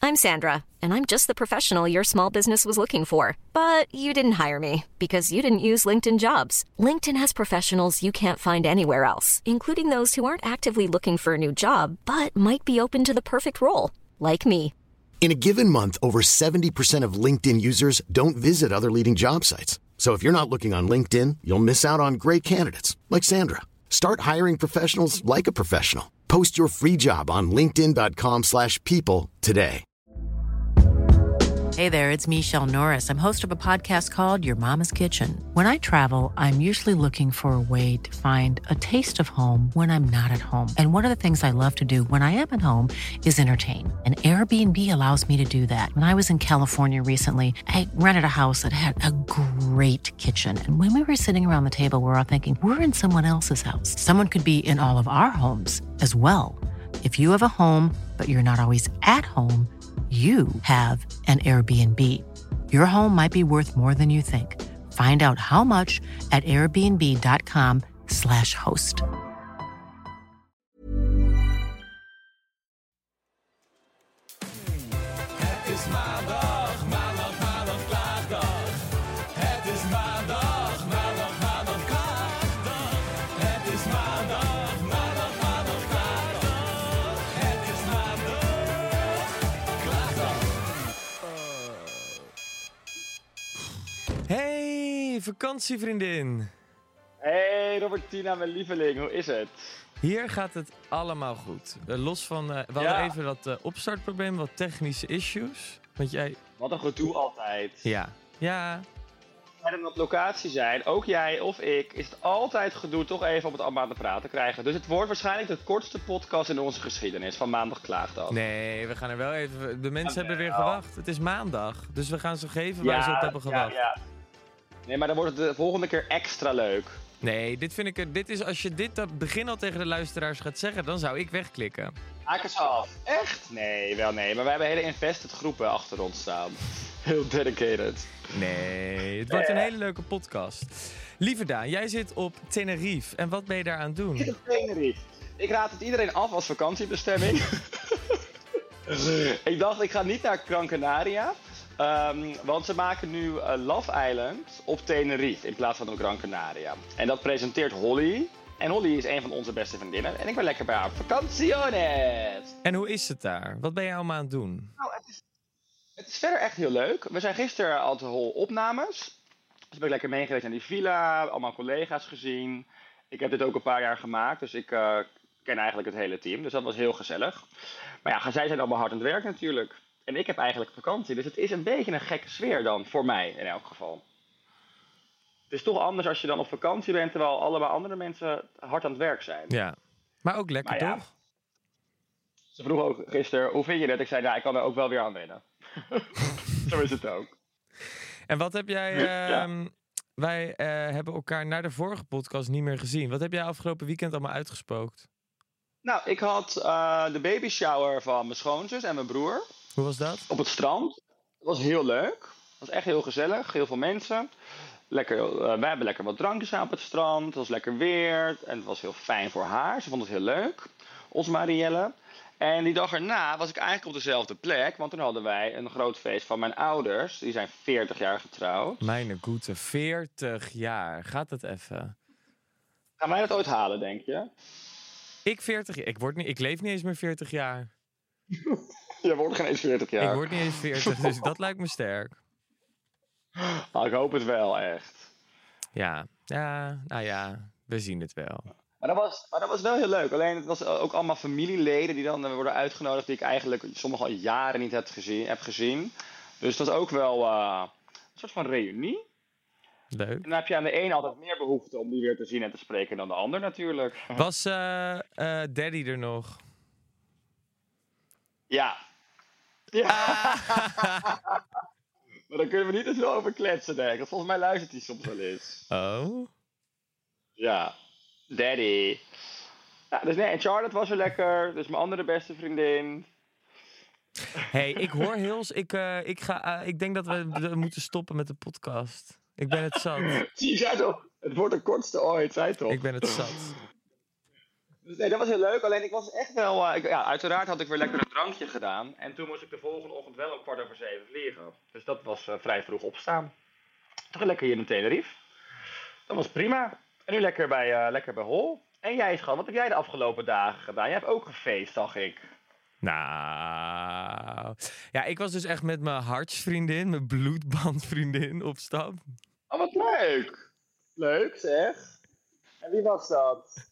I'm Sandra, and I'm just the professional your small business was looking for. But you didn't hire me because you didn't use LinkedIn Jobs. LinkedIn has professionals you can't find anywhere else, including those who aren't actively looking for a new job, but might be open to the perfect role, like me. In a given month, over 70% of LinkedIn users don't visit other leading job sites. So if you're not looking on LinkedIn, you'll miss out on great candidates like Sandra. Start hiring professionals like a professional. Post your free job on linkedin.com/people today. Hey there, it's Michelle Norris. I'm host of a podcast called Your Mama's Kitchen. When I travel, I'm usually looking for a way to find a taste of home when I'm not at home. And one of the things I love to do when I am at home is entertain. And Airbnb allows me to do that. When I was in California recently, I rented a house that had a great kitchen. And when we were sitting around the table, we're all thinking, we're in someone else's house. Someone could be in all of our homes as well. If you have a home, but you're not always at home, you have an Airbnb. Your home might be worth more than you think. Find out how much at airbnb.com/host. Het is maandag, maandag, maandag, klaagdag. Het is maandag, maandag, maandag, klaagdag. Het is maandag, maandag, maandag, klaagdag. Het is maandag, klaagdag. Hey, vakantievriendin. Hey Robertina, mijn lieveling, hoe is het? Hier gaat het allemaal goed. Los van, we hadden even wat opstartproblemen, wat technische issues. Want jij... Wat een gedoe altijd. Ja. Als we op locatie zijn, ook jij of ik, is het altijd gedoe toch even op het allemaal te praten krijgen. Dus het wordt waarschijnlijk de kortste podcast in onze geschiedenis van Maandag Klaagdag. Nee, we gaan er wel even... De mensen hebben weer gewacht. Het is maandag, dus we gaan ze geven waar ze op hebben gewacht. Ja. Nee, maar dan wordt het de volgende keer extra leuk. Nee, dit is als je dit begin al tegen de luisteraars gaat zeggen, dan zou ik wegklikken. Haken ze af. Echt? Nee. Maar wij hebben hele invested groepen achter ons staan. Heel dedicated. Nee, het wordt een hele leuke podcast. Lieve Daan, jij zit op Tenerife. En wat ben je daar aan het doen? Op Tenerife. Ik raad het iedereen af als vakantiebestemming. Ik dacht, ik ga niet naar Gran Canaria. Want ze maken nu Love Island op Tenerife in plaats van op Gran Canaria. En dat presenteert Holly. En Holly is een van onze beste vriendinnen. En ik ben lekker bij haar op vakantiones. En hoe is het daar? Wat ben je allemaal aan het doen? Nou, het is verder echt heel leuk. We zijn gisteren al te hol opnames. Dus ben ik lekker meegeweest naar die villa. Allemaal collega's gezien. Ik heb dit ook een paar jaar gemaakt. Dus ik ken eigenlijk het hele team. Dus dat was heel gezellig. Maar ja, zij zijn allemaal hard aan het werk natuurlijk. En ik heb eigenlijk vakantie. Dus het is een beetje een gekke sfeer dan. Voor mij in elk geval. Het is toch anders als je dan op vakantie bent. Terwijl allemaal andere mensen hard aan het werk zijn. Ja, maar ook lekker maar ja, toch? Ze vroeg ook gisteren, hoe vind je het? Ik zei, ik kan er ook wel weer aan wennen. Zo is het ook. En wat heb jij... Wij hebben elkaar na de vorige podcast niet meer gezien. Wat heb jij afgelopen weekend allemaal uitgespookt? Nou, ik had de baby shower van mijn schoonzus en mijn broer. Hoe was dat? Op het strand. Dat was heel leuk. Het was echt heel gezellig. Heel veel mensen. Lekker, wij hebben lekker wat drankjes aan op het strand. Het was lekker weer. En het was heel fijn voor haar. Ze vond het heel leuk. Ons Marielle. En die dag erna was ik eigenlijk op dezelfde plek. Want toen hadden wij een groot feest van mijn ouders. Die zijn 40 jaar getrouwd. Mijn goede, 40 jaar. Gaat het even? Gaan wij dat ooit halen, denk je? Ik 40 jaar? Ik leef niet eens meer 40 jaar. Je wordt geen eens 40 jaar. Ik word niet eens 40, dus dat lijkt me sterk. Ik hoop het wel, echt. Ja, nou ja, we zien het wel. Maar dat was wel heel leuk. Alleen het was ook allemaal familieleden die dan worden uitgenodigd. Die ik eigenlijk sommige al jaren niet heb gezien. Dus dat was ook wel een soort van reunie. Leuk. En dan heb je aan de een altijd meer behoefte om die weer te zien en te spreken dan de ander natuurlijk. Was Daddy er nog? Ja. Maar daar kunnen we niet te veel over kletsen, denk ik. Want volgens mij luistert hij soms wel eens. Oh? Ja. Daddy. Ja, dus nee, en Charlotte was er lekker. Dus mijn andere beste vriendin. Hey, ik hoor Hils. Ik denk dat we moeten stoppen met de podcast. Ik ben het zat. Zie jij toch? Het wordt de kortste ooit, zei toch? Ik ben het zat. Dus nee, dat was heel leuk. Alleen ik was echt wel... uiteraard had ik weer lekker een drankje gedaan. En toen moest ik de volgende ochtend wel om 6:15 vliegen. Dus dat was vrij vroeg opstaan. Toch lekker hier in Tenerife. Dat was prima. En nu lekker bij Hol. En jij, schat, wat heb jij de afgelopen dagen gedaan? Jij hebt ook gefeest, zag ik. Nou... Ja, ik was dus echt met mijn hartsvriendin, mijn bloedbandvriendin op stap. Oh, wat leuk. Leuk, zeg. En wie was dat?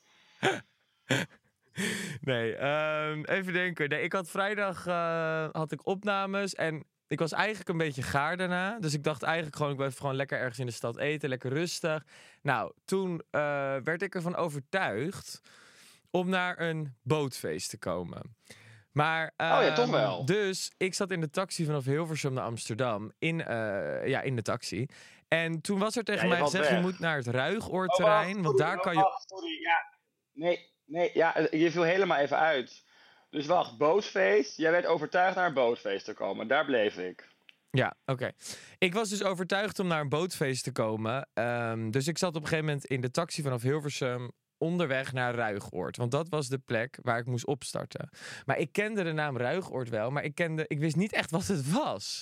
Nee, even denken. Nee, ik had vrijdag had ik opnames en ik was eigenlijk een beetje gaar daarna. Dus ik dacht eigenlijk gewoon, ik blijf gewoon lekker ergens in de stad eten, lekker rustig. Nou, toen werd ik ervan overtuigd om naar een bootfeest te komen. Maar, toch wel. Dus ik zat in de taxi vanaf Hilversum naar Amsterdam. In de taxi. En toen was er tegen mij gezegd, je moet naar het Ruigoordterrein. Want daar kan je... Sorry, ja. Nee, ja, je viel helemaal even uit. Dus wacht, bootfeest. Jij werd overtuigd naar een bootfeest te komen. Daar bleef ik. Ja, oké. Ik was dus overtuigd om naar een bootfeest te komen. Dus ik zat op een gegeven moment in de taxi vanaf Hilversum onderweg naar Ruigoord. Want dat was de plek waar ik moest opstarten. Maar ik kende de naam Ruigoord wel, maar ik wist niet echt wat het was.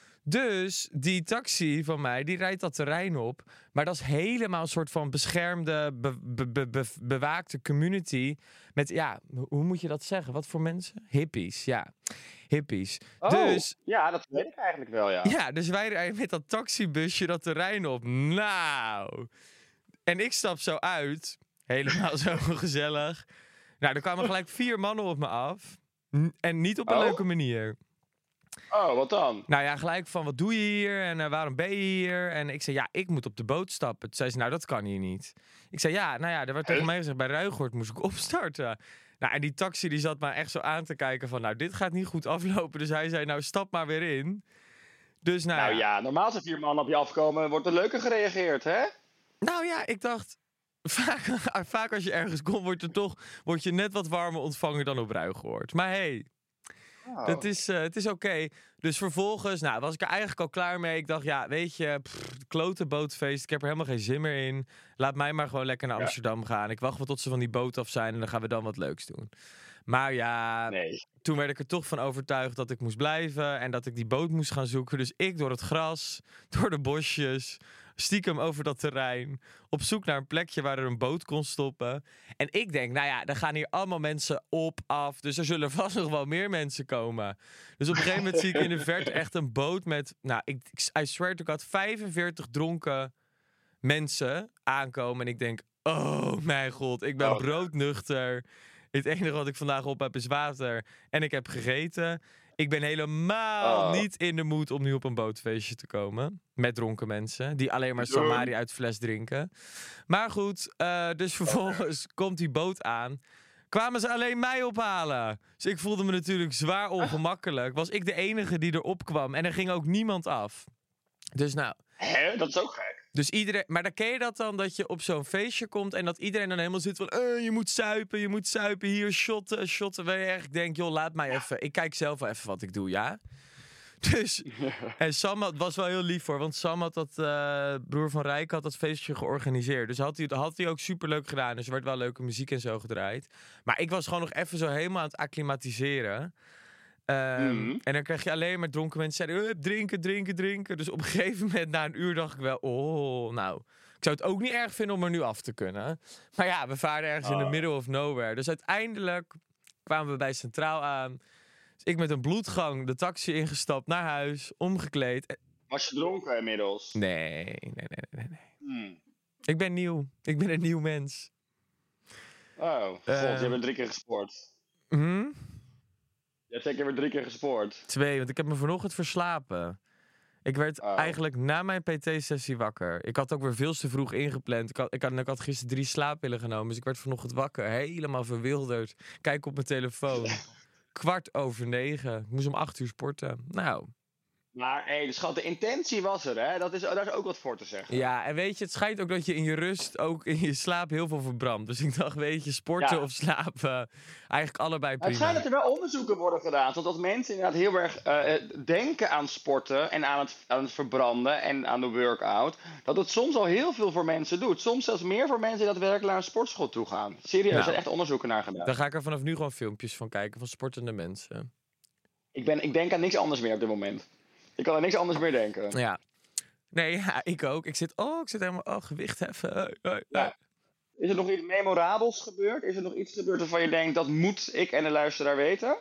Dus die taxi van mij, die rijdt dat terrein op. Maar dat is helemaal een soort van beschermde, bewaakte community. Met, ja, hoe moet je dat zeggen? Wat voor mensen? Hippies, ja. Hippies. Oh, dus, ja, dat weet ik eigenlijk wel, ja. Ja, dus wij rijden met dat taxibusje dat terrein op. Nou. En ik stap zo uit. Helemaal zo gezellig. Nou, er kwamen gelijk 4 mannen op me af. En niet op een leuke manier. Oh, wat dan? Nou ja, gelijk van, wat doe je hier? En waarom ben je hier? En ik zei, ja, ik moet op de boot stappen. Toen zei ze, nou, dat kan hier niet. Ik zei, ja, nou ja, er werd tegen mij gezegd, bij Ruigoord moest ik opstarten. Nou, en die taxi die zat maar echt zo aan te kijken van, nou, dit gaat niet goed aflopen. Dus hij zei, nou, stap maar weer in. Dus nou ja, normaal als er 4 mannen op je afkomen, wordt er leuker gereageerd, hè? Nou ja, ik dacht, vaak als je ergens komt, word je net wat warmer ontvangen dan op Ruigoord. Maar hey... Oh. Het is oké. Dus vervolgens was ik er eigenlijk al klaar mee. Ik dacht, ja, weet je, klote bootfeest. Ik heb er helemaal geen zin meer in. Laat mij maar gewoon lekker naar Amsterdam gaan. Ik wacht wel tot ze van die boot af zijn en dan gaan we dan wat leuks doen. Maar ja, toen werd ik er toch van overtuigd dat ik moest blijven en dat ik die boot moest gaan zoeken. Dus ik door het gras, door de bosjes, stiekem over dat terrein, op zoek naar een plekje waar er een boot kon stoppen. En ik denk, nou ja, er gaan hier allemaal mensen op, af, dus er zullen vast nog wel meer mensen komen. Dus op een gegeven moment zie ik in de verte echt een boot met, I swear to God, 45 dronken mensen aankomen. En ik denk, oh mijn god, ik ben broodnuchter. Het enige wat ik vandaag op heb is water. En ik heb gegeten. Ik ben helemaal niet in de mood om nu op een bootfeestje te komen. Met dronken mensen. Die alleen maar Samari uit fles drinken. Maar goed, dus vervolgens komt die boot aan. Kwamen ze alleen mij ophalen. Dus ik voelde me natuurlijk zwaar ongemakkelijk. Was ik de enige die erop kwam. En er ging ook niemand af. Dus nou... Hè? Dat is ook gek. Dus iedereen, maar dan ken je dat dan, dat je op zo'n feestje komt en dat iedereen dan helemaal zit van, je moet zuipen, hier, shotten. Waar je eigenlijk denkt, joh, laat mij even, ik kijk zelf wel even wat ik doe, ja? Dus, en Sam was wel heel lief voor, want Sam had dat, broer van Rijk had dat feestje georganiseerd. Dus had hij ook superleuk gedaan, dus er werd wel leuke muziek en zo gedraaid. Maar ik was gewoon nog even zo helemaal aan het acclimatiseren. En dan krijg je alleen maar dronken mensen die zeiden, drinken. Dus op een gegeven moment, na een uur, dacht ik wel, ik zou het ook niet erg vinden om er nu af te kunnen. Maar ja, we varen ergens in the middle of nowhere. Dus uiteindelijk kwamen we bij Centraal aan. Dus ik met een bloedgang de taxi ingestapt naar huis, omgekleed. Was je dronken inmiddels? Nee. Ik ben nieuw. Ik ben een nieuw mens. Oh, god, je bent 3 keer gesport. Je hebt zeker weer 3 keer gespoord. 2, want ik heb me vanochtend verslapen. Ik werd eigenlijk na mijn PT-sessie wakker. Ik had ook weer veel te vroeg ingepland. Ik had gisteren 3 slaappillen genomen. Dus ik werd vanochtend wakker. Helemaal verwilderd. Kijk op mijn telefoon. 9:15. Ik moest om 8 uur sporten. Nou, Maar schat, de intentie was er, hè? Daar is ook wat voor te zeggen. Ja, en weet je, het schijnt ook dat je in je rust, ook in je slaap, heel veel verbrandt. Dus ik dacht, weet je, sporten of slapen, eigenlijk allebei prima. Het schijnt dat er wel onderzoeken worden gedaan. Zodat mensen inderdaad heel erg denken aan sporten en aan het verbranden en aan de workout. Dat het soms al heel veel voor mensen doet. Soms zelfs meer voor mensen die daadwerkelijk naar een sportschool toe gaan. Serieus, er zijn echt onderzoeken naar gedaan. Dan ga ik er vanaf nu gewoon filmpjes van kijken van sportende mensen. Ik denk aan niks anders meer op dit moment. Ik kan aan niks anders meer denken. Ja. Nee, ja, ik ook. Ik zit helemaal, gewicht heffen. Ja. Is er nog iets memorabels gebeurd? Is er nog iets gebeurd waarvan je denkt, dat moet ik en de luisteraar weten?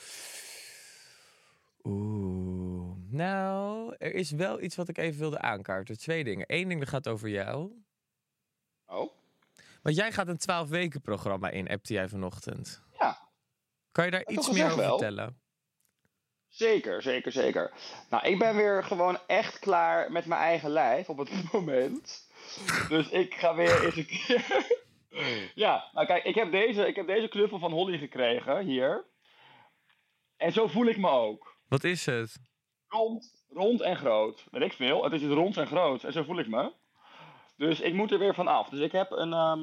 Nou, er is wel iets wat ik even wilde aankaarten. 2 dingen. 1 ding, dat gaat over jou. Oh? Want jij gaat een 12-weken programma in, appte jij vanochtend. Ja. Kan je daar iets meer over vertellen? Zeker. Nou, ik ben weer gewoon echt klaar met mijn eigen lijf op het moment. Dus ik ga weer eens een keer... Ja, nou kijk, ik heb deze knuffel van Holly gekregen, hier. En zo voel ik me ook. Wat is het? Rond en groot. Weet ik veel, het is dus rond en groot. En zo voel ik me. Dus ik moet er weer van af. Dus ik heb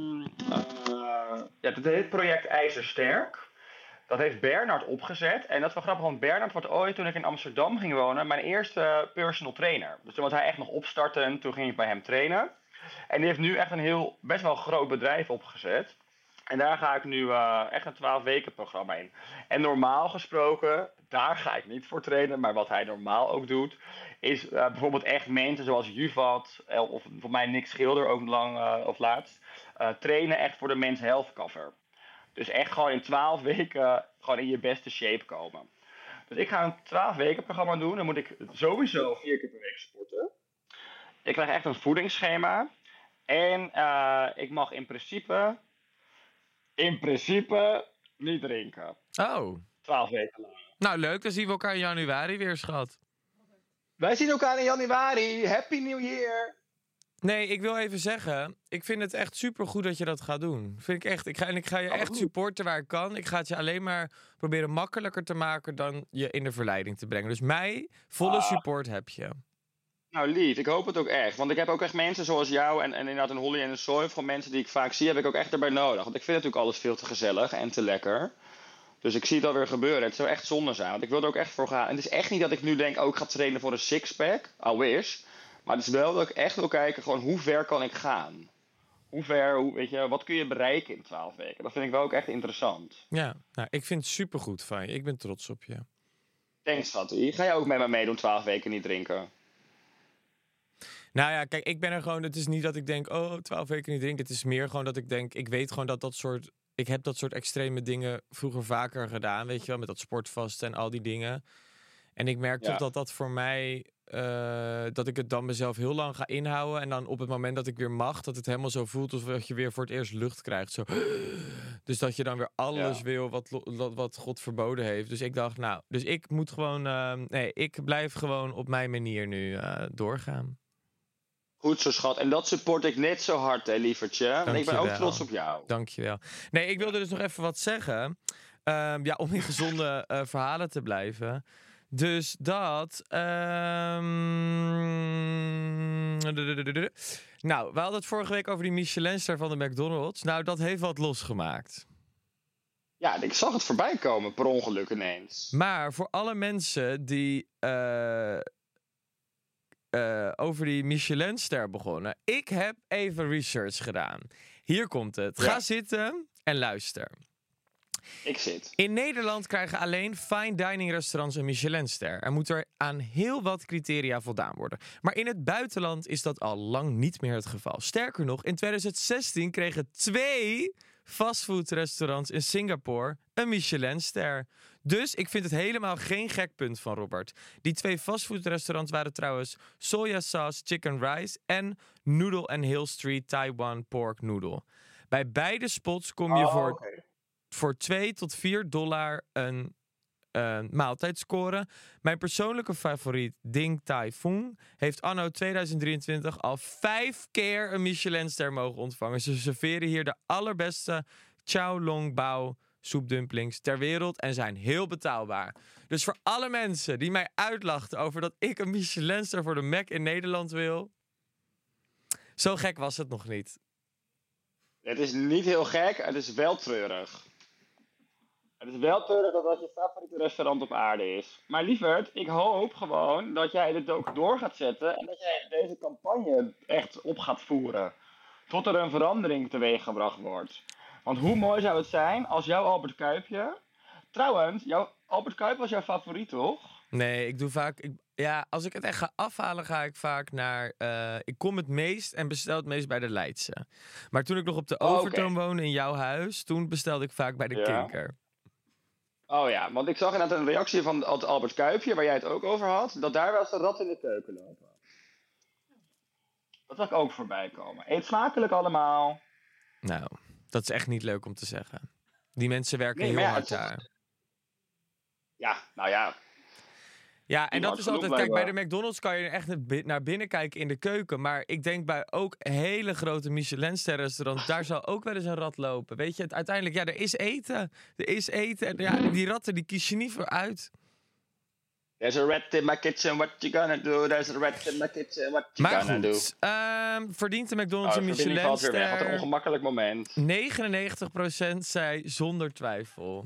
het heet project IJzersterk. Dat heeft Bernard opgezet. En dat is wel grappig, want Bernard wordt ooit, toen ik in Amsterdam ging wonen, mijn eerste personal trainer. Dus toen was hij echt nog opstarten, toen ging ik bij hem trainen. En die heeft nu echt een best wel groot bedrijf opgezet. En daar ga ik nu echt een 12-weken programma in. En normaal gesproken, daar ga ik niet voor trainen. Maar wat hij normaal ook doet, is bijvoorbeeld echt mensen zoals Juvat, of voor mij Nick Schilder ook lang of laatst, trainen echt voor de Men's Health Cover. Dus echt gewoon in 12 weken gewoon in je beste shape komen. Dus ik ga een 12 weken programma doen. Dan moet ik sowieso 4 keer per week sporten. Ik krijg echt een voedingsschema. En ik mag in principe niet drinken. Oh. 12 weken lang. Nou, leuk. Dan zien we elkaar in januari weer, schat. Wij zien elkaar in januari. Happy New Year. Nee, ik wil even zeggen, ik vind het echt supergoed dat je dat gaat doen. Vind ik echt. Ik ga je echt supporten waar ik kan. Ik ga het je alleen maar proberen makkelijker te maken dan je in de verleiding te brengen. Dus mij, volle support heb je. Nou lief, ik hoop het ook echt. Want ik heb ook echt mensen zoals jou en inderdaad een Holly en een Soy, van mensen die ik vaak zie, heb ik ook echt erbij nodig. Want ik vind natuurlijk alles veel te gezellig en te lekker. Dus ik zie het alweer gebeuren. Het zou echt zonde zijn, want ik wil er ook echt voor gaan. En het is echt niet dat ik nu denk, ik ga trainen voor een sixpack. I wish. Maar het is wel dat ik echt wil kijken, gewoon hoe ver kan ik gaan? Weet je, wat kun je bereiken in 12 weken? Dat vind ik wel ook echt interessant. Ja, nou, ik vind het supergoed van je. Ik ben trots op je. Thanks, schattie. Ga jij ook met me meedoen 12 weken niet drinken? Nou ja, kijk, ik ben er gewoon... Het is niet dat ik denk, 12 weken niet drinken. Het is meer gewoon dat ik denk, ik weet gewoon dat soort... Ik heb dat soort extreme dingen vroeger vaker gedaan, weet je wel, met dat sportvasten en al die dingen. En ik merk toch dat voor mij, dat ik het dan mezelf heel lang ga inhouden. En dan op het moment dat ik weer mag, dat het helemaal zo voelt alsof je weer voor het eerst lucht krijgt. Zo. Dus dat je dan weer alles wil wat God verboden heeft. Dus ik dacht, dus ik moet gewoon, ik blijf gewoon op mijn manier nu doorgaan. Goed zo, schat. En dat support ik net zo hard, hè, lievertje. Want ik ben ook trots op jou. Dankjewel. Nee, ik wilde dus nog even wat zeggen. Om in gezonde verhalen te blijven. Dus dat... Nou, we hadden het vorige week over die Michelinster van de McDonald's. Nou, dat heeft wat losgemaakt. Ja, ik zag het voorbij komen, per ongeluk ineens. Maar voor alle mensen die... over die Michelinster begonnen. Ik heb even research gedaan. Hier komt het. Ga zitten en luister. Ik zit. In Nederland krijgen alleen fine dining restaurants een Michelinster. Er moet er aan heel wat criteria voldaan worden. Maar in het buitenland is dat al lang niet meer het geval. Sterker nog, in 2016 kregen 2 fastfoodrestaurants in Singapore een Michelinster. Dus ik vind het helemaal geen gek punt van Robert. Die 2 fastfoodrestaurants waren trouwens Soya Sauce Chicken Rice en Noodle and Hill Street Taiwan Pork Noodle. Bij beide spots kom je voor $2 tot $4 een maaltijd scoren. Mijn persoonlijke favoriet, Ding Tai Fung, heeft anno 2023 al 5 keer een Michelinster mogen ontvangen. Ze serveren hier de allerbeste Chow Long Bao soepdumplings ter wereld en zijn heel betaalbaar. Dus voor alle mensen die mij uitlachten over dat ik een Michelinster voor de Mac in Nederland wil, zo gek was het nog niet. Het is niet heel gek, het is wel treurig. Het is wel treurig dat dat je favoriete restaurant op aarde is. Maar lieverd, ik hoop gewoon dat jij dit ook door gaat zetten en dat jij deze campagne echt op gaat voeren. Tot er een verandering teweeggebracht wordt. Want hoe mooi zou het zijn als jouw Albert Kuipje... Trouwens, Albert Kuip was jouw favoriet, toch? Nee, ik doe vaak... als ik het echt ga afhalen, ga ik vaak naar... ik kom het meest en bestel het meest bij de Leidse. Maar toen ik nog op de Overtoom woonde in jouw huis, toen bestelde ik vaak bij de Kinker. Oh ja, want ik zag inderdaad een reactie van het Albert Kuipje, waar jij het ook over had, dat daar wel eens een rat in de keuken lopen. Dat zag ik ook voorbij komen. Eet smakelijk allemaal. Nou, dat is echt niet leuk om te zeggen. Die mensen werken heel hard daar. Ja, nou ja. Ja, en dat is altijd... Kijk, bij de McDonald's kan je echt naar binnen kijken in de keuken. Maar ik denk bij ook hele grote Michelin-sterrenrestaurants, daar zal ook wel eens een rat lopen. Weet je, uiteindelijk, er is eten. Er is eten. En ja, die ratten, die kies je niet voor uit. There's a rat in my kitchen, what you gonna do? There's a rat in my kitchen, what you gonna do? Maar goed, verdient de McDonald's een Michelin-ster? Wat een ongemakkelijk moment. 99% zei zonder twijfel.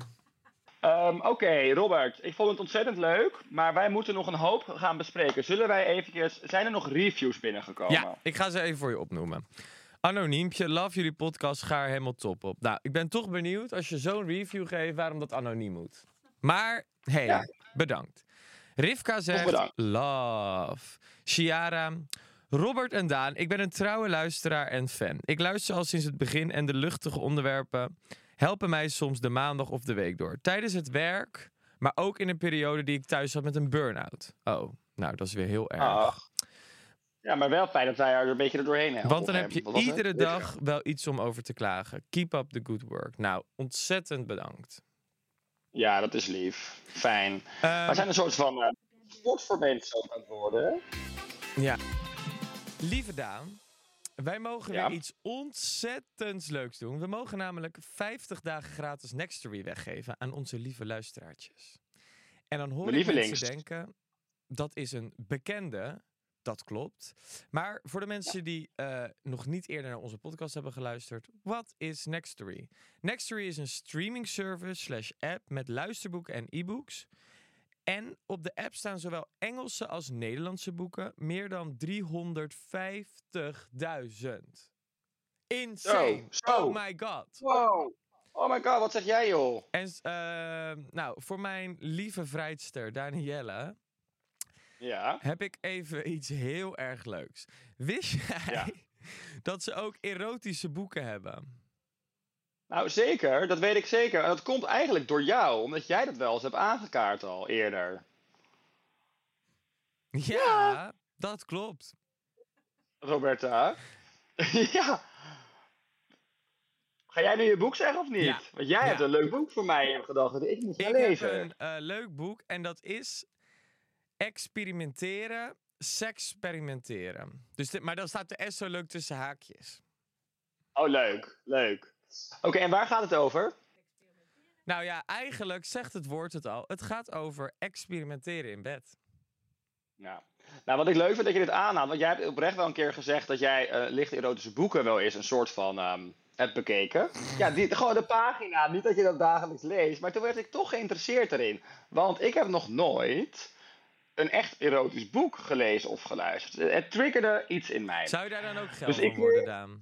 Oké, Robert, ik vond het ontzettend leuk, maar wij moeten nog een hoop gaan bespreken. Zijn er nog reviews binnengekomen? Ja, ik ga ze even voor je opnoemen. Anoniempje, love jullie podcast, ga er helemaal top op. Nou, ik ben toch benieuwd als je zo'n review geeft waarom dat anoniem moet. Maar, bedankt. Rivka zegt, love. Chiara, Robert en Daan, ik ben een trouwe luisteraar en fan. Ik luister al sinds het begin en de luchtige onderwerpen helpen mij soms de maandag of de week door. Tijdens het werk, maar ook in een periode die ik thuis had met een burn-out. Oh, nou, dat is weer heel erg. Ach. Ja, maar wel fijn dat wij er een beetje er doorheen helpen. Want dan heb je iedere dag wel iets om over te klagen. Keep up the good work. Nou, ontzettend bedankt. Ja, dat is lief. Fijn. Wij zijn een soort van sport voor mensen ook aan het worden. Ja. Lieve Daan, wij mogen weer iets ontzettends leuks doen. We mogen namelijk 50 dagen gratis Nextory weggeven aan onze lieve luisteraartjes. En dan hoor ik mensen denken, dat is een bekende. Dat klopt. Maar voor de mensen die nog niet eerder naar onze podcast hebben geluisterd, wat is Nextory? Nextory is een streaming service / app met luisterboeken en e-books. En op de app staan zowel Engelse als Nederlandse boeken. Meer dan 350.000. Insane. Oh my god. Wow. Oh my god, wat zeg jij joh? En voor mijn lieve vrijster Danielle heb ik even iets heel erg leuks. Wist jij dat ze ook erotische boeken hebben? Nou zeker, dat weet ik zeker. En dat komt eigenlijk door jou, omdat jij dat wel eens hebt aangekaart al eerder. Ja, dat klopt. Roberta. Ja. Ga jij nu je boek zeggen of niet? Ja. Want jij hebt een leuk boek voor mij in gedachten. Ik moet gaan lezen. Ik heb een leuk boek en dat is Experimenteren, Sexperimenteren. Maar dan staat de S zo leuk tussen haakjes. Oh, leuk. Oké, en waar gaat het over? Nou ja, eigenlijk zegt het woord het al. Het gaat over experimenteren in bed. Ja. Nou, wat ik leuk vind dat je dit aanhaalt, want jij hebt oprecht wel een keer gezegd dat jij lichte erotische boeken wel eens een soort van hebt bekeken. Ja, gewoon de pagina, niet dat je dat dagelijks leest, maar toen werd ik toch geïnteresseerd erin. Want ik heb nog nooit een echt erotisch boek gelezen of geluisterd. Het triggerde iets in mij. Zou je daar dan ook geld voor worden, Daan?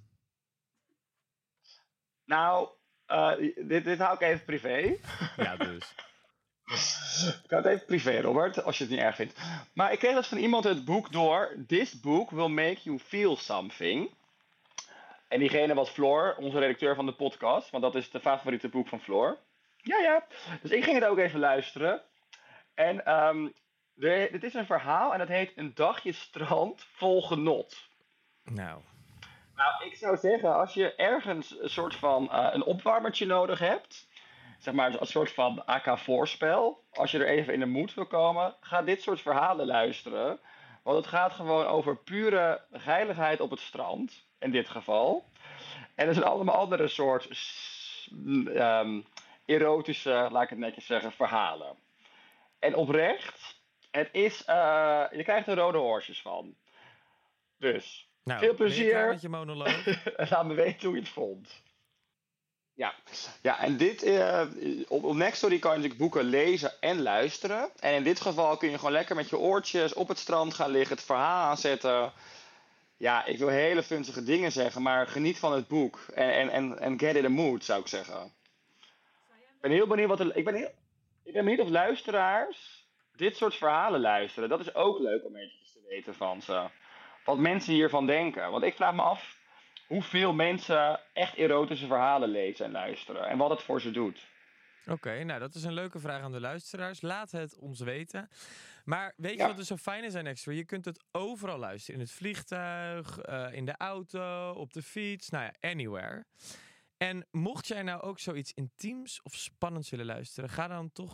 Nou, dit hou ik even privé. Ja, dus. Ik hou het even privé, Robert, als je het niet erg vindt. Maar ik kreeg dus van iemand het boek door. This book will make you feel something. En diegene was Floor, onze redacteur van de podcast. Want dat is het favoriete boek van Floor. Ja. Dus ik ging het ook even luisteren. En dit is een verhaal en dat heet Een dagje strand vol genot. Nou, ik zou zeggen, als je ergens een soort van een opwarmertje nodig hebt, zeg maar een soort van AK-voorspel, als je er even in de moed wil komen, ga dit soort verhalen luisteren. Want het gaat gewoon over pure geiligheid op het strand, in dit geval. En er zijn allemaal andere soort erotische, laat ik het netjes zeggen, verhalen. En oprecht, het is, je krijgt er rode horses van. Dus, Nou, veel ben je klaar plezier. met je monoloog? En laat me weten hoe je het vond. Ja, en dit, op Nextory kan je natuurlijk boeken lezen en luisteren. En in dit geval kun je gewoon lekker met je oortjes op het strand gaan liggen, het verhaal aanzetten. Ja, ik wil hele funzige dingen zeggen, maar geniet van het boek. En get in the mood, zou ik zeggen. Ik ben heel benieuwd ik ben benieuwd of luisteraars dit soort verhalen luisteren. Dat is ook leuk om eventjes te weten van ze. Wat mensen hiervan denken. Want ik vraag me af hoeveel mensen echt erotische verhalen lezen en luisteren. En wat het voor ze doet. Oké, nou dat is een leuke vraag aan de luisteraars. Laat het ons weten. Maar weet je wat er zo fijn is aan Nextory? Je kunt het overal luisteren. In het vliegtuig, in de auto, op de fiets, nou ja, anywhere. En mocht jij nou ook zoiets intiems of spannends willen luisteren, ga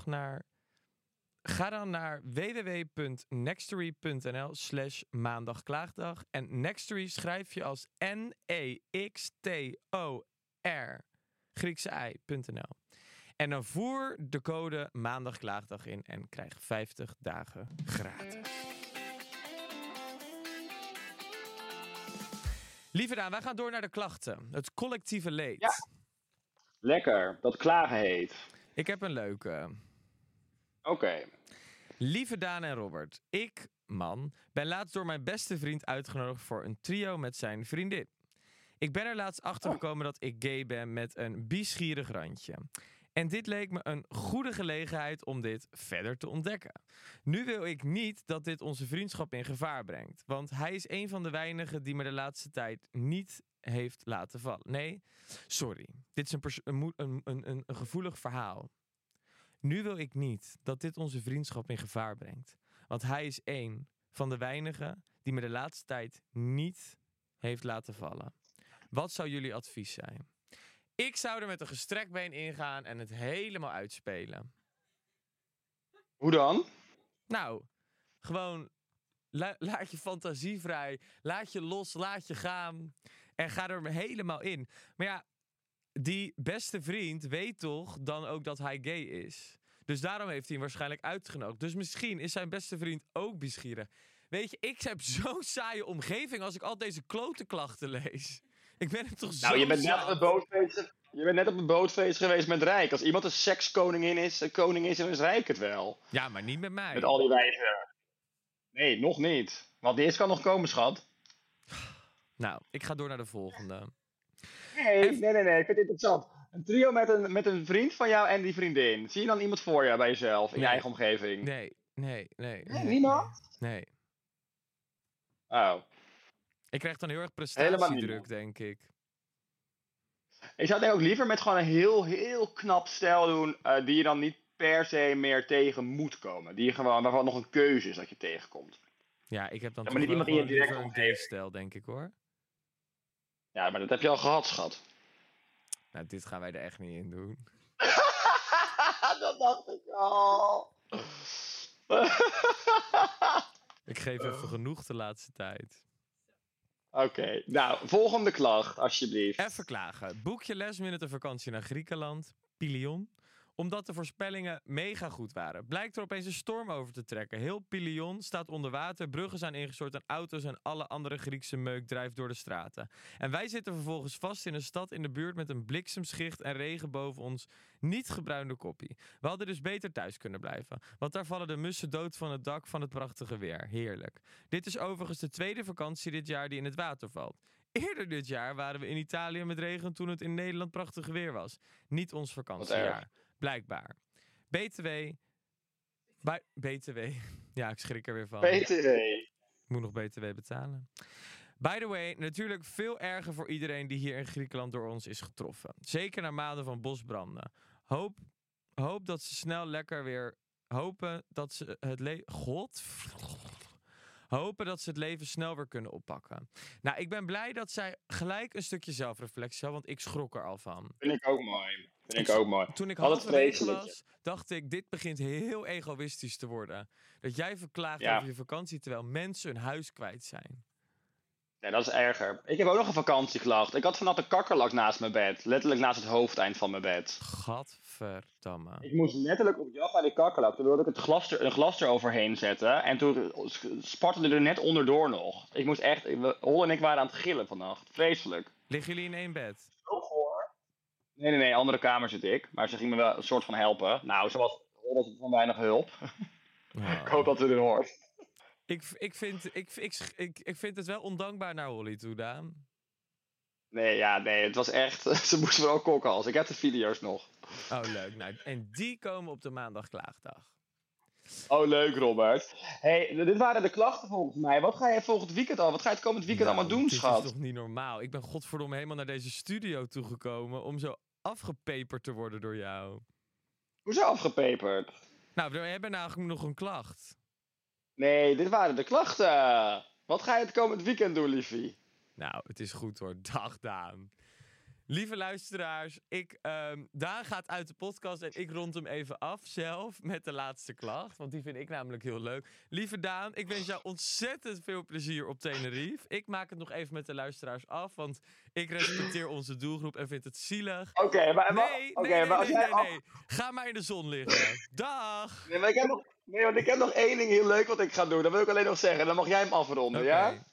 dan naar www.nextory.nl/maandagklaagdag. En Nextory schrijf je als Nextor, Griekse i.nl. En dan voer de code maandagklaagdag in en krijg 50 dagen gratis. Lieve Daan, wij gaan door naar de klachten. Het collectieve leed. Ja. Lekker, dat klagen heet. Ik heb een leuke. Oké. Lieve Daan en Robert, ik, man, ben laatst door mijn beste vriend uitgenodigd voor een trio met zijn vriendin. Ik ben er laatst achter gekomen dat ik gay ben met een biesgierig randje. En dit leek me een goede gelegenheid om dit verder te ontdekken. Nu wil ik niet dat dit onze vriendschap in gevaar brengt. Want hij is een van de weinigen die me de laatste tijd niet heeft laten vallen. Nee, sorry. Dit is een gevoelig verhaal. Nu wil ik niet dat dit onze vriendschap in gevaar brengt. Want hij is een van de weinigen die me de laatste tijd niet heeft laten vallen. Wat zou jullie advies zijn? Ik zou er met een gestrekt been ingaan en het helemaal uitspelen. Hoe dan? Nou, gewoon laat je fantasie vrij. Laat je los, laat je gaan. En ga er helemaal in. Maar ja, die beste vriend weet toch dan ook dat hij gay is. Dus daarom heeft hij hem waarschijnlijk uitgenodigd. Dus misschien is zijn beste vriend ook biesgierig. Weet je, ik heb zo'n saaie omgeving als ik al deze klote klachten lees. Ik ben het toch zo Nou, je bent net op een bootfeest geweest met Rijk. Als iemand een sekskoningin is, koning is, dan is Rijk het wel. Ja, maar niet met mij. Met al die wijven. Nee, nog niet. Want die eerst kan nog komen, schat. Nou, ik ga door naar de volgende. Nee, ik vind het interessant. Een trio met een vriend van jou en die vriendin. Zie je dan iemand voor je bij jezelf, in je eigen omgeving? Nee. Niemand? Nee. Oh. Ik krijg dan heel erg prestatiedruk, denk ik. Ik zou denk ook liever met gewoon een heel, heel knap stijl doen, die je dan niet per se meer tegen moet komen. Die je gewoon, waarvan nog een keuze is dat je tegenkomt. Ja, ik heb dan maar toch niet wel iemand die je liever een gay-stijl, denk ik, hoor. Ja, maar dat heb je al gehad, schat. Nou, dit gaan wij er echt niet in doen. Dat dacht ik al. Ik geef even genoeg de laatste tijd. Oké, nou, volgende klacht, alsjeblieft. Even klagen. Boek je last-minute vakantie naar Griekenland, Pilion, omdat de voorspellingen mega goed waren. Blijkt er opeens een storm over te trekken. Heel Pilion staat onder water, bruggen zijn ingestort en auto's en alle andere Griekse meuk drijft door de straten. En wij zitten vervolgens vast in een stad in de buurt met een bliksemschicht en regen boven ons niet gebruinde koppie. We hadden dus beter thuis kunnen blijven, want daar vallen de mussen dood van het dak van het prachtige weer. Heerlijk. Dit is overigens de tweede vakantie dit jaar die in het water valt. Eerder dit jaar waren we in Italië met regen toen het in Nederland prachtig weer was. Niet ons vakantiejaar. Blijkbaar. BTW. BTW. Ja, ik schrik er weer van. BTW. Ik moet nog BTW betalen. By the way, natuurlijk veel erger voor iedereen die hier in Griekenland door ons is getroffen. Zeker na maanden van bosbranden. Hoop dat ze snel lekker weer... Hopen dat ze het leven snel weer kunnen oppakken. Nou, ik ben blij dat zij gelijk een stukje zelfreflectie had, want ik schrok er al van. Vind ik ook mooi. Toen ik halverwege was, dacht ik, dit begint heel egoïstisch te worden. Dat jij verklaagt over je vakantie, terwijl mensen hun huis kwijt zijn. Nee, dat is erger. Ik heb ook nog een vakantieklacht. Ik had vannacht een kakkerlak naast mijn bed. Letterlijk naast het hoofdeind van mijn bed. Gadverdamme. Ik moest letterlijk op jacht naar die kakkerlak. Toen wilde ik een glas eroverheen zetten. En toen spartelde er net onderdoor nog. Ik moest echt... Hol en ik waren aan het gillen vannacht. Vreselijk. Liggen jullie in één bed? Zo voor. Nee. Andere kamer zit ik. Maar ze ging me wel een soort van helpen. Nou, ze was van weinig hulp. Ik hoop dat ze dit hoort. Ik vind het wel ondankbaar naar Holly toe, Daan. Nee, het was echt... Ze moest wel kokhalzen. Ik heb de video's nog. Oh, leuk. Nou, en die komen op de maandag klaagdag. Oh, leuk, Robert. Hey, dit waren de klachten volgens mij. Wat ga je volgend weekend al? Wat ga je het komend weekend allemaal doen, schat? Dat is toch niet normaal? Ik ben godverdomme helemaal naar deze studio toegekomen om zo afgepeperd te worden door jou. Hoezo afgepeperd? Nou, we hebben eigenlijk nog een klacht. Nee, dit waren de klachten. Wat ga je het komend weekend doen, liefie? Nou, het is goed hoor. Dag, Daan. Lieve luisteraars, Daan gaat uit de podcast en ik rond hem even af zelf met de laatste klacht. Want die vind ik namelijk heel leuk. Lieve Daan, ik wens jou ontzettend veel plezier op Tenerife. Ik maak het nog even met de luisteraars af, want ik respecteer onze doelgroep en vind het zielig. Oké, maar... Nee. Ga maar in de zon liggen. Dag! Nee, want ik heb nog één ding heel leuk wat ik ga doen. Dat wil ik alleen nog zeggen. Dan mag jij hem afronden, ja?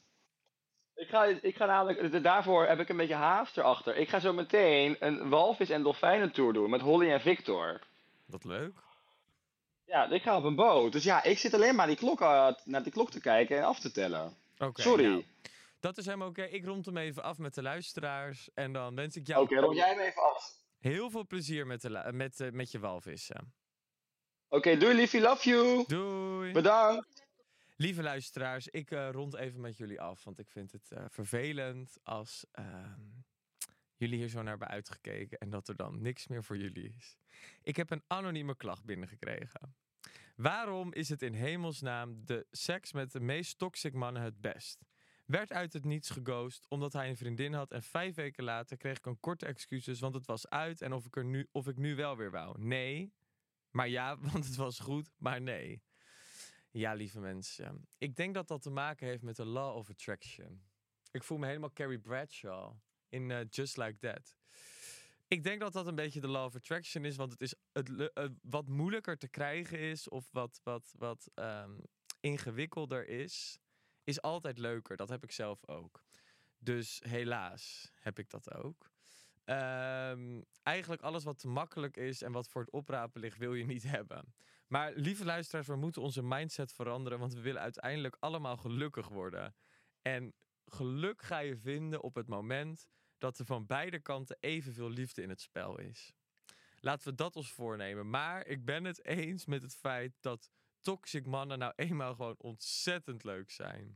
Ik ga namelijk, daarvoor heb ik een beetje haast erachter. Ik ga zo meteen een walvis- en dolfijnentour doen met Holly en Victor. Wat leuk. Ja, ik ga op een boot. Dus ja, ik zit alleen maar naar die klok te kijken en af te tellen. Okay, sorry. Nou, dat is helemaal oké. Ik rond hem even af met de luisteraars. En dan wens ik jou... Oké, rond jij hem even af. Heel veel plezier met je walvissen. Oké, doei liefie, love you. Doei. Bedankt. Lieve luisteraars, ik rond even met jullie af. Want ik vind het vervelend als jullie hier zo naar hebben uitgekeken en dat er dan niks meer voor jullie is. Ik heb een anonieme klacht binnengekregen. Waarom is het in hemelsnaam de seks met de meest toxic mannen het best? Werd uit het niets geghost omdat hij een vriendin had en 5 weken later kreeg ik een korte excuses, want het was uit en of ik nu wel weer wou. Nee, maar ja, want het was goed, maar nee. Ja, lieve mensen. Ik denk dat dat te maken heeft met de law of attraction. Ik voel me helemaal Carrie Bradshaw in Just Like That. Ik denk dat dat een beetje de law of attraction is, want het is wat moeilijker te krijgen is of wat ingewikkelder is altijd leuker. Dat heb ik zelf ook. Dus helaas heb ik dat ook. Eigenlijk alles wat te makkelijk is en wat voor het oprapen ligt, wil je niet hebben. Maar lieve luisteraars, we moeten onze mindset veranderen, want we willen uiteindelijk allemaal gelukkig worden. En geluk ga je vinden op het moment dat er van beide kanten evenveel liefde in het spel is. Laten we dat ons voornemen. Maar ik ben het eens met het feit dat toxic mannen nou eenmaal gewoon ontzettend leuk zijn.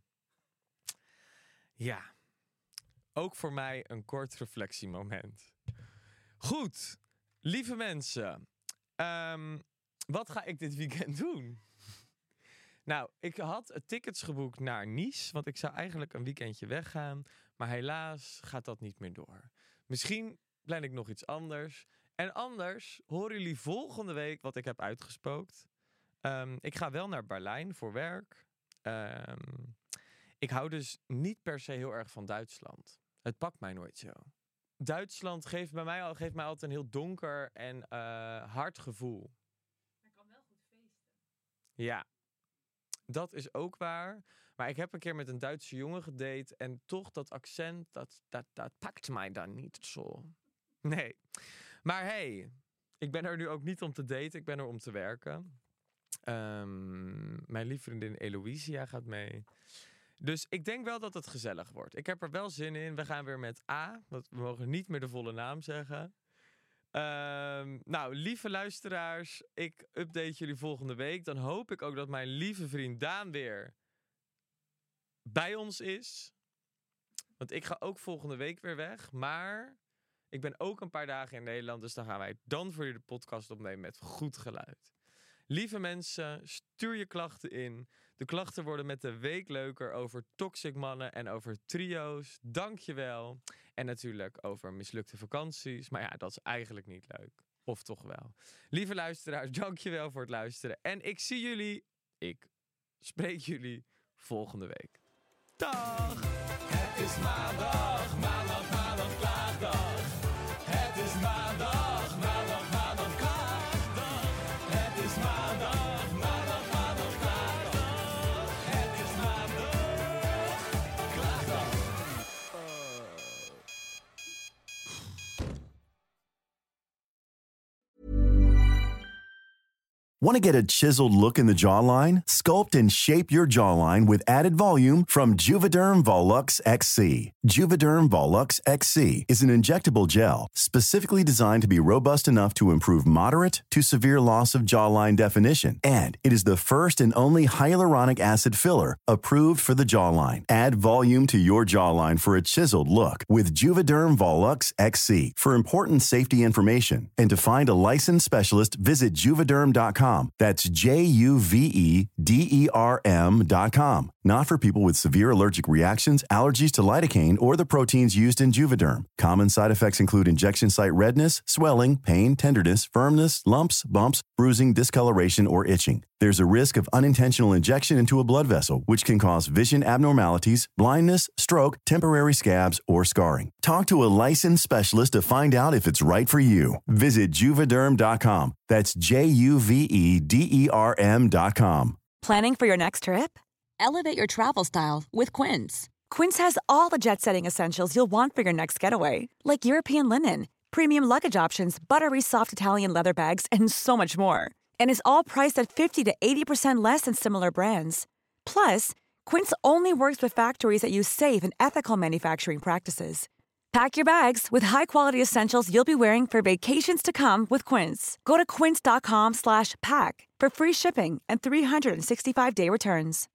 Ja, ook voor mij een kort reflectiemoment. Goed, lieve mensen. Wat ga ik dit weekend doen? Nou, ik had tickets geboekt naar Nice, want ik zou eigenlijk een weekendje weggaan. Maar helaas gaat dat niet meer door. Misschien plan ik nog iets anders. En anders horen jullie volgende week wat ik heb uitgespookt. Ik ga wel naar Berlijn voor werk. Ik hou dus niet per se heel erg van Duitsland. Het pakt mij nooit zo. Duitsland geeft mij altijd een heel donker en hard gevoel. Hij kan wel goed feesten. Ja, dat is ook waar. Maar ik heb een keer met een Duitse jongen gedate en toch dat accent, dat pakt mij dan niet zo. Nee. Maar hey, ik ben er nu ook niet om te daten, ik ben er om te werken. Mijn lieve vriendin Eloisia gaat mee. Dus ik denk wel dat het gezellig wordt. Ik heb er wel zin in. We gaan weer met A. Want we mogen niet meer de volle naam zeggen. Nou, lieve luisteraars. Ik update jullie volgende week. Dan hoop ik ook dat mijn lieve vriend Daan weer bij ons is. Want ik ga ook volgende week weer weg. Maar ik ben ook een paar dagen in Nederland. Dus dan gaan wij dan voor jullie de podcast opnemen met goed geluid. Lieve mensen, stuur je klachten in. De klachten worden met de week leuker over toxic mannen en over trio's. Dankjewel. En natuurlijk over mislukte vakanties. Maar ja, dat is eigenlijk niet leuk. Of toch wel. Lieve luisteraars, dankjewel voor het luisteren. En ik spreek jullie volgende week. Dag! Het is maandag, maandag, maandag, klaagdag. Het is maandag, maandag, maandag, klaagdag. Het is maandag, maandag, maandag, klaagdag. Het is maandag, klaagdag. Want to get a chiseled look in the jawline? Sculpt and shape your jawline with added volume from Juvederm Volux XC. Juvederm Volux XC is an injectable gel specifically designed to be robust enough to improve moderate to severe loss of jawline definition. And it is the first and only hyaluronic acid filler approved for the jawline. Add volume to your jawline for a chiseled look with Juvederm Volux XC. For important safety information and to find a licensed specialist, visit juvederm.com. That's JUVEDERM.com. Not for people with severe allergic reactions, allergies to lidocaine, or the proteins used in Juvederm. Common side effects include injection site redness, swelling, pain, tenderness, firmness, lumps, bumps, bruising, discoloration, or itching. There's a risk of unintentional injection into a blood vessel, which can cause vision abnormalities, blindness, stroke, temporary scabs, or scarring. Talk to a licensed specialist to find out if it's right for you. Visit Juvederm.com. That's JUVEDERM.com. Planning for your next trip? Elevate your travel style with Quince. Quince has all the jet-setting essentials you'll want for your next getaway, like European linen, premium luggage options, buttery soft Italian leather bags, and so much more. And is all priced at 50 to 80% less than similar brands. Plus, Quince only works with factories that use safe and ethical manufacturing practices. Pack your bags with high-quality essentials you'll be wearing for vacations to come with Quince. Go to quince.com/pack for free shipping and 365-day returns.